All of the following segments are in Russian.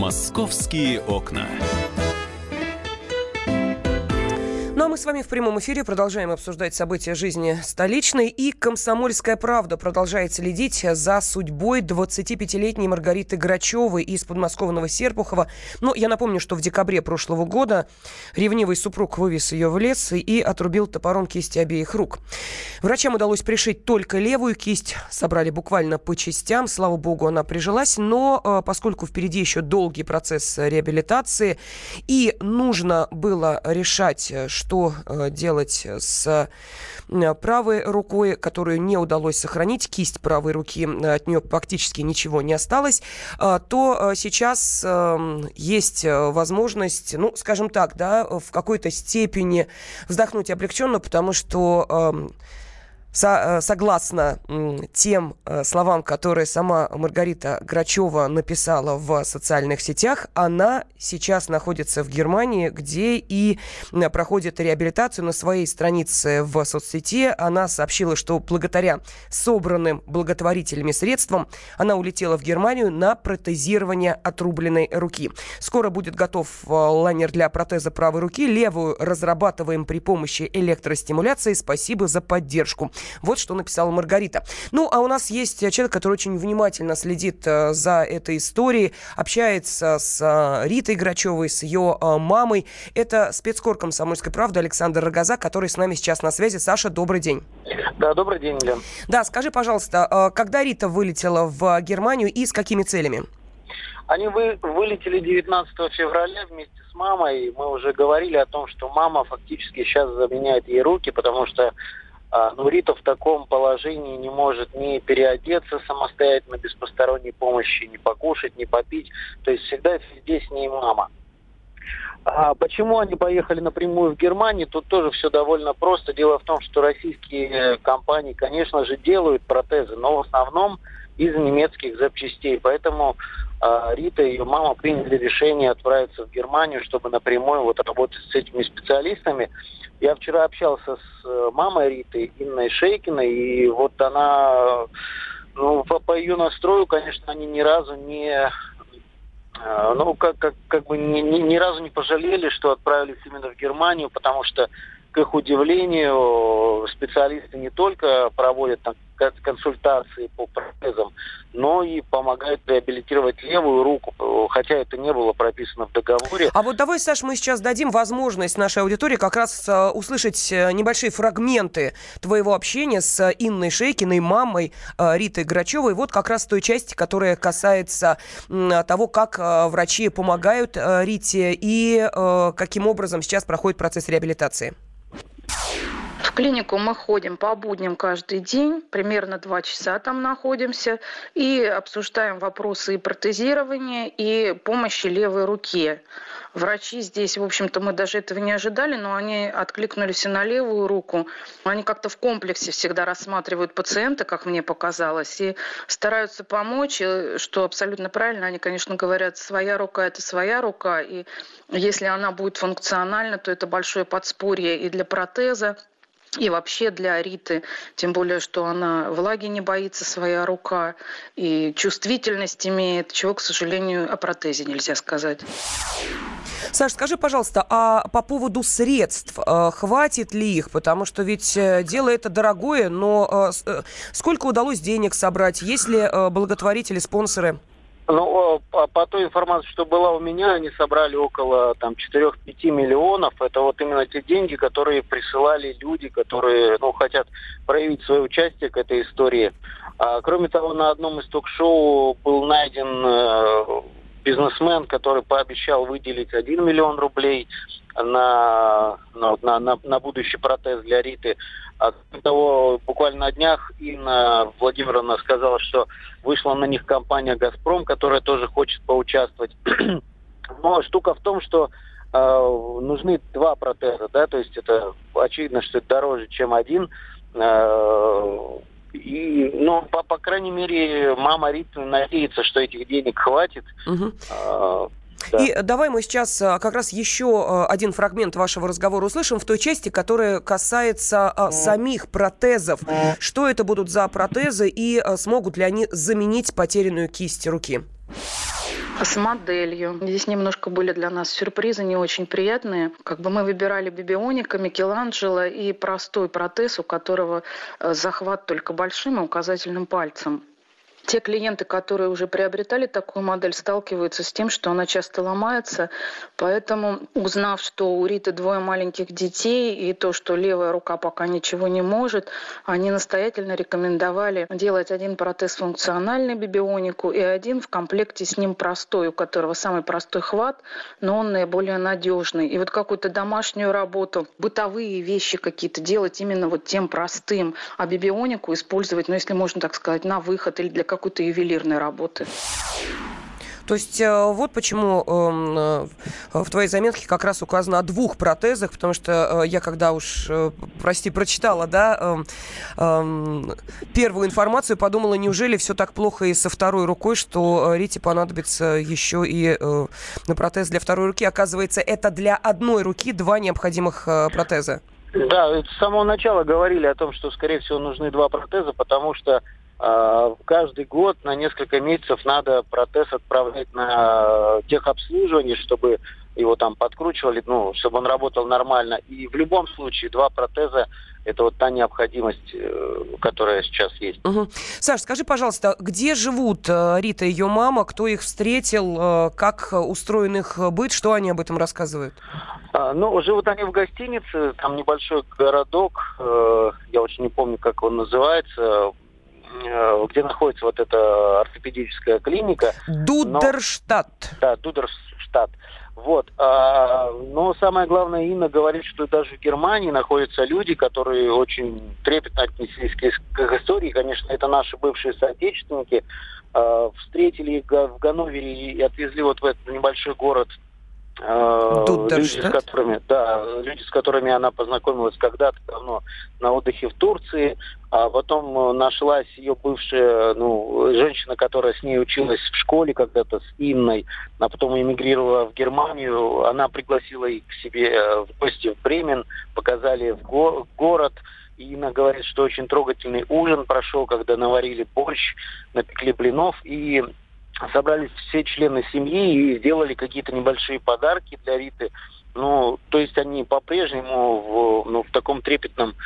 «Московские окна». Ну а мы с вами в прямом эфире продолжаем обсуждать события жизни столичной. И «Комсомольская правда» продолжает следить за судьбой 25-летней Маргариты Грачевой из подмосковного Серпухова. Ну, я напомню, что в декабре прошлого года ревнивый супруг вывез ее в лес и отрубил топором кисти обеих рук. Врачам удалось пришить только левую кисть. Собрали буквально по частям. Слава богу, она прижилась. Но поскольку впереди еще долгий процесс реабилитации и нужно было решать, что делать с правой рукой, которую не удалось сохранить, кисть правой руки, от нее практически ничего не осталось, то сейчас есть возможность, ну, скажем так, да, в какой-то степени вздохнуть облегченно, потому что согласно тем словам, которые сама Маргарита Грачева написала в социальных сетях, она сейчас находится в Германии, где и проходит реабилитацию. На своей странице в соцсети она сообщила, что благодаря собранным благотворителями средствам она улетела в Германию на протезирование отрубленной руки. Скоро будет готов лайнер для протеза правой руки. Левую разрабатываем при помощи электростимуляции. Спасибо за поддержку. Вот что написала Маргарита. Ну, а у нас есть человек, который очень внимательно следит за этой историей, общается с Ритой Грачевой, с ее мамой. Это спецкор «Комсомольской правды» Александр Рогоза, который с нами сейчас на связи. Саша, добрый день. Да, добрый день, Лен. Да, скажи, пожалуйста, когда Рита вылетела в Германию и с какими целями? Они вылетели 19 февраля вместе с мамой. Мы уже говорили о том, что мама фактически сейчас заменяет ей руки, потому что Рита в таком положении не может ни переодеться самостоятельно, без посторонней помощи, ни покушать, ни попить. То есть всегда везде с ней мама. А почему они поехали напрямую в Германию? Тут тоже все довольно просто. Дело в том, что российские компании, конечно же, делают протезы, но в основном из немецких запчастей. Поэтому Рита и ее мама приняли решение отправиться в Германию, чтобы напрямую работать с этими специалистами. Я вчера общался с мамой Риты, Инной Шейкиной, и вот она, по ее настрою, конечно, они ни разу ни разу не пожалели, что отправились именно в Германию, потому что, к их удивлению, специалисты не только проводят там консультации по протезам, но и помогают реабилитировать левую руку, хотя это не было прописано в договоре. А вот давай, Саш, мы сейчас дадим возможность нашей аудитории как раз услышать небольшие фрагменты твоего общения с Инной Шейкиной, мамой Риты Грачевой. Вот как раз той части, которая касается того, как врачи помогают Рите и каким образом сейчас проходит процесс реабилитации. В клинику мы ходим по будням каждый день, примерно 2 часа там находимся, и обсуждаем вопросы и протезирования, и помощи левой руке. Врачи здесь, в общем-то, мы даже этого не ожидали, но они откликнулись и на левую руку. Они как-то в комплексе всегда рассматривают пациента, как мне показалось, и стараются помочь, что абсолютно правильно. Они, конечно, говорят, своя рука – это своя рука, и если она будет функциональна, то это большое подспорье и для протеза, и вообще для Риты, тем более, что она влаги не боится, своя рука, и чувствительность имеет, чего, к сожалению, о протезе нельзя сказать. Саш, скажи, пожалуйста, а по поводу средств, хватит ли их? Потому что ведь дело это дорогое, но сколько удалось денег собрать? Есть ли благотворители, спонсоры? По той информации, что была у меня, они собрали около 4-5 миллионов. Это вот именно те деньги, которые присылали люди, которые хотят проявить свое участие к этой истории. Кроме того, на одном из ток-шоу был найден бизнесмен, который пообещал выделить 1 миллион рублей на будущий протез для Риты. Кроме того, буквально на днях Инна Владимировна сказала, что вышла на них компания «Газпром», которая тоже хочет поучаствовать. Но штука в том, что нужны 2 протеза, да, то есть это очевидно, что это дороже, чем один. По крайней мере, мама Риты надеется, что этих денег хватит. Да. И давай мы сейчас как раз еще один фрагмент вашего разговора услышим в той части, которая касается самих протезов. Что это будут за протезы и смогут ли они заменить потерянную кисть руки? С моделью. Здесь немножко были для нас сюрпризы не очень приятные. Мы выбирали Бибионика, Микеланджело и простой протез, у которого захват только большим и указательным пальцем. Те клиенты, которые уже приобретали такую модель, сталкиваются с тем, что она часто ломается. Поэтому, узнав, что у Риты 2 маленьких детей и то, что левая рука пока ничего не может, они настоятельно рекомендовали делать один протез функциональный Бибионику и один в комплекте с ним простой, у которого самый простой хват, но он наиболее надежный. И какую-то домашнюю работу, бытовые вещи какие-то делать именно тем простым, а Бибионику использовать, если можно так сказать, на выход или для какой-то ювелирной работы. То есть вот почему в твоей заметке как раз указано о 2 протезах, потому что я когда прочитала, первую информацию, подумала, неужели все так плохо и со второй рукой, что Рите понадобится еще и на протез для второй руки. Оказывается, это для одной руки 2 необходимых протеза. Да, с самого начала говорили о том, что, скорее всего, нужны 2 протеза, потому что каждый год на несколько месяцев надо протез отправлять на техобслуживание, чтобы его там подкручивали, чтобы он работал нормально. И в любом случае 2 протеза – это та необходимость, которая сейчас есть. Угу. Саш, скажи, пожалуйста, где живут Рита и ее мама, кто их встретил, как устроен их быт, что они об этом рассказывают? Живут они в гостинице, там небольшой городок, я очень не помню, как он называется, где находится эта ортопедическая клиника. Дудерштадт. Да, Дудерштадт. Но самое главное, Инна говорит, что даже в Германии находятся люди, которые очень трепетно отнеслись к их истории. Конечно, это наши бывшие соотечественники. Встретили их в Ганновере и отвезли в этот небольшой город. Люди, с которыми она познакомилась когда-то давно на отдыхе в Турции, а потом нашлась ее бывшая, женщина, которая с ней училась в школе когда-то с Инной, а потом эмигрировала в Германию. Она пригласила их к себе в гости в Бремен, показали в город. И Инна говорит, что очень трогательный ужин прошел, когда наварили борщ, напекли блинов и собрались все члены семьи и сделали какие-то небольшие подарки для Риты. То есть они по-прежнему в таком трепетном,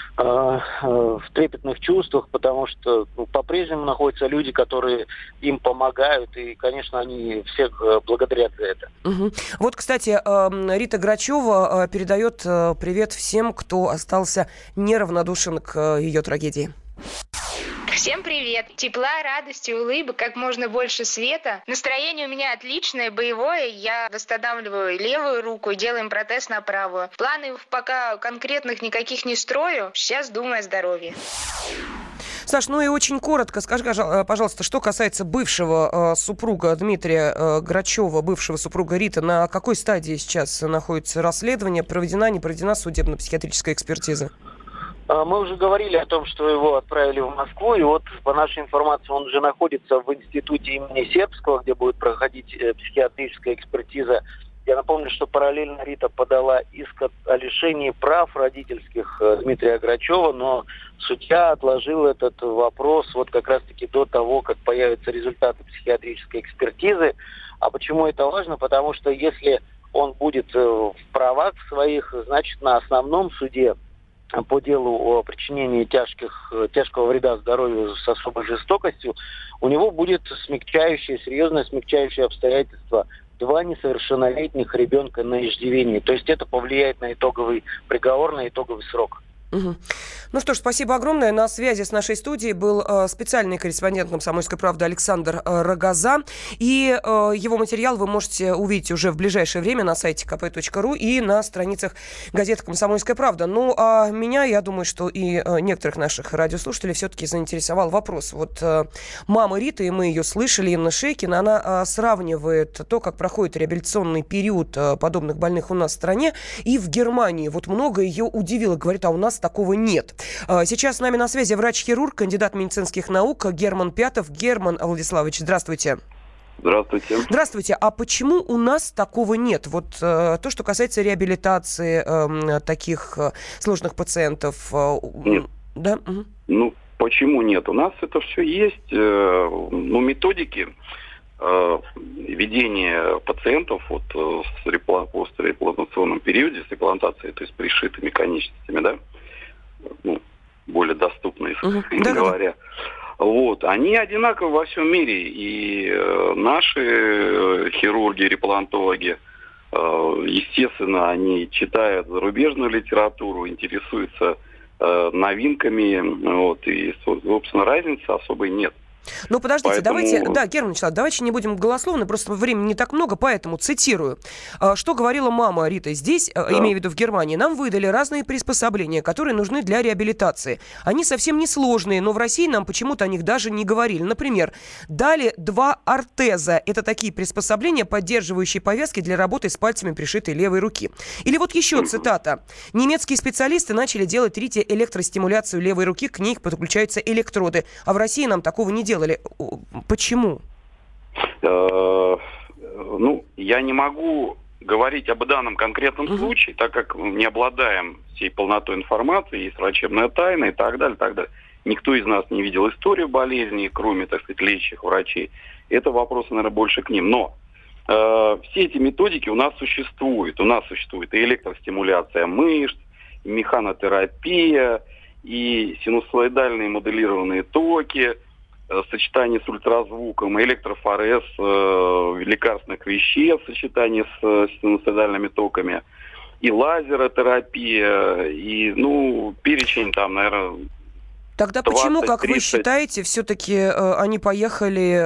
в трепетных чувствах, потому что по-прежнему находятся люди, которые им помогают, и, конечно, они всех благодарят за это. Угу. Кстати, Рита Грачева передает привет всем, кто остался неравнодушен к ее трагедии. Всем привет! Тепла, радости, улыбок, как можно больше света. Настроение у меня отличное, боевое. Я восстанавливаю левую руку, делаем протез на правую. Планов пока конкретных никаких не строю. Сейчас думаю о здоровье. Саш, и очень коротко скажи, пожалуйста, что касается бывшего супруга Дмитрия Грачева, бывшего супруга Риты, на какой стадии сейчас находится расследование? Проведена, не проведена судебно-психиатрическая экспертиза? Мы уже говорили о том, что его отправили в Москву, и по нашей информации он уже находится в институте имени Сербского, где будет проходить психиатрическая экспертиза. Я напомню, что параллельно Рита подала иск о лишении прав родительских Дмитрия Грачева, но судья отложил этот вопрос как раз-таки до того, как появятся результаты психиатрической экспертизы. А почему это важно? Потому что если он будет в правах своих, значит, на основном суде по делу о причинении тяжкого вреда здоровью с особой жестокостью, у него будет серьезное смягчающее обстоятельство: 2 несовершеннолетних ребенка на иждивении. То есть это повлияет на итоговый приговор, на итоговый срок. Угу. Спасибо огромное. На связи с нашей студией был специальный корреспондент «Комсомольской правды» Александр Рогоза. И его материал вы можете увидеть уже в ближайшее время на сайте kp.ru и на страницах газеты «Комсомольская правда». А меня, я думаю, что и некоторых наших радиослушателей все-таки заинтересовал вопрос. Мама Риты, и мы ее слышали, Инна Шейкина, она сравнивает то, как проходит реабилитационный период подобных больных у нас в стране, и в Германии. Много ее удивило. Говорит, а у нас такого нет. Сейчас с нами на связи врач-хирург, кандидат медицинских наук Герман Пятов. Герман Владиславович, здравствуйте. Здравствуйте. Здравствуйте. А почему у нас такого нет? То, что касается реабилитации таких сложных пациентов. Нет. Да? Почему нет? У нас это все есть. Методики ведение пациентов в постреимплантационном периоде с имплантацией, то есть пришитыми конечностями, да, более доступные, говоря. Вот, они одинаковы во всем мире, и наши хирурги, реплантологи, естественно, они читают зарубежную литературу, интересуются новинками, и, собственно, разницы особой нет. Ну, подождите, Поэтому... давайте, да, Герман Вячеславович, давайте не будем голословны, просто времени не так много, поэтому цитирую. Что говорила мама Риты здесь, имея в виду в Германии: нам выдали разные приспособления, которые нужны для реабилитации. Они совсем не сложные, но в России нам почему-то о них даже не говорили. Например, дали 2 ортеза. Это такие приспособления, поддерживающие повязки для работы с пальцами пришитой левой руки. Или вот еще цитата. Немецкие специалисты начали делать Рите электростимуляцию левой руки, к ней подключаются электроды. А в России нам такого не делали. Почему? Я не могу говорить об данном конкретном случае, так как не обладаем всей полнотой информации, есть врачебная тайна и так далее, так далее. Никто из нас не видел историю болезни, кроме, так сказать, лечащих врачей. Это вопрос, наверное, больше к ним. Но все эти методики у нас существуют. У нас существует и электростимуляция мышц, и механотерапия, и синусоидальные моделированные токи, сочетание с ультразвуком, электрофорез лекарственных веществ в сочетании с синусоидальными токами, и лазеротерапия, и, перечень там, наверное, Тогда почему, как вы считаете, все-таки они поехали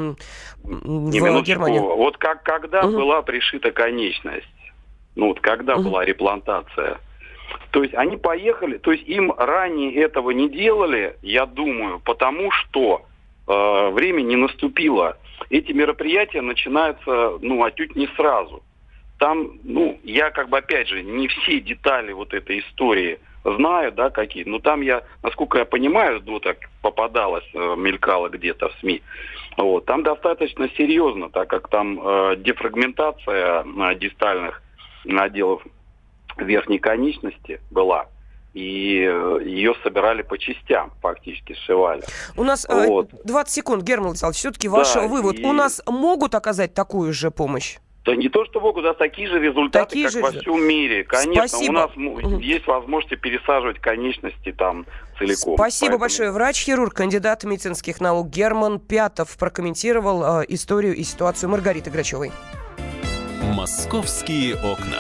в Германию? Вот когда была пришита конечность, когда была реплантация, то есть они поехали, то есть им ранее этого не делали, я думаю, потому что время не наступило. Эти мероприятия начинаются, отнюдь не сразу. Там, я опять же, не все детали вот этой истории знаю, да, какие. Но там я, насколько я понимаю, так попадалось, мелькало где-то в СМИ. Вот. Там достаточно серьезно, так как там дефрагментация дистальных наделов верхней конечности была, и ее собирали по частям, фактически сшивали. У нас 20 секунд, Герман Вячеславович, все-таки ваш вывод. У нас могут оказать такую же помощь? Да не то, что могут, а такие же результаты, как во всем мире. Конечно, Спасибо. У нас есть возможность пересаживать конечности там целиком. Спасибо большое. Врач-хирург, кандидат медицинских наук Герман Пятов прокомментировал историю и ситуацию Маргариты Грачевой. «Московские окна».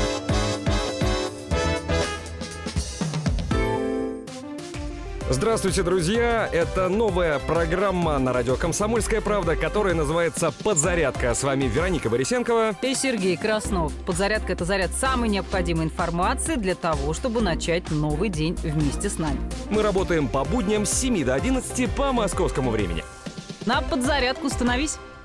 Здравствуйте, друзья! Это новая программа на радио «Комсомольская правда», которая называется «Подзарядка». С вами Вероника Борисенкова и Сергей Краснов. Подзарядка – это заряд самой необходимой информации для того, чтобы начать новый день вместе с нами. Мы работаем по будням с 7 до 11 по московскому времени. На подзарядку становись!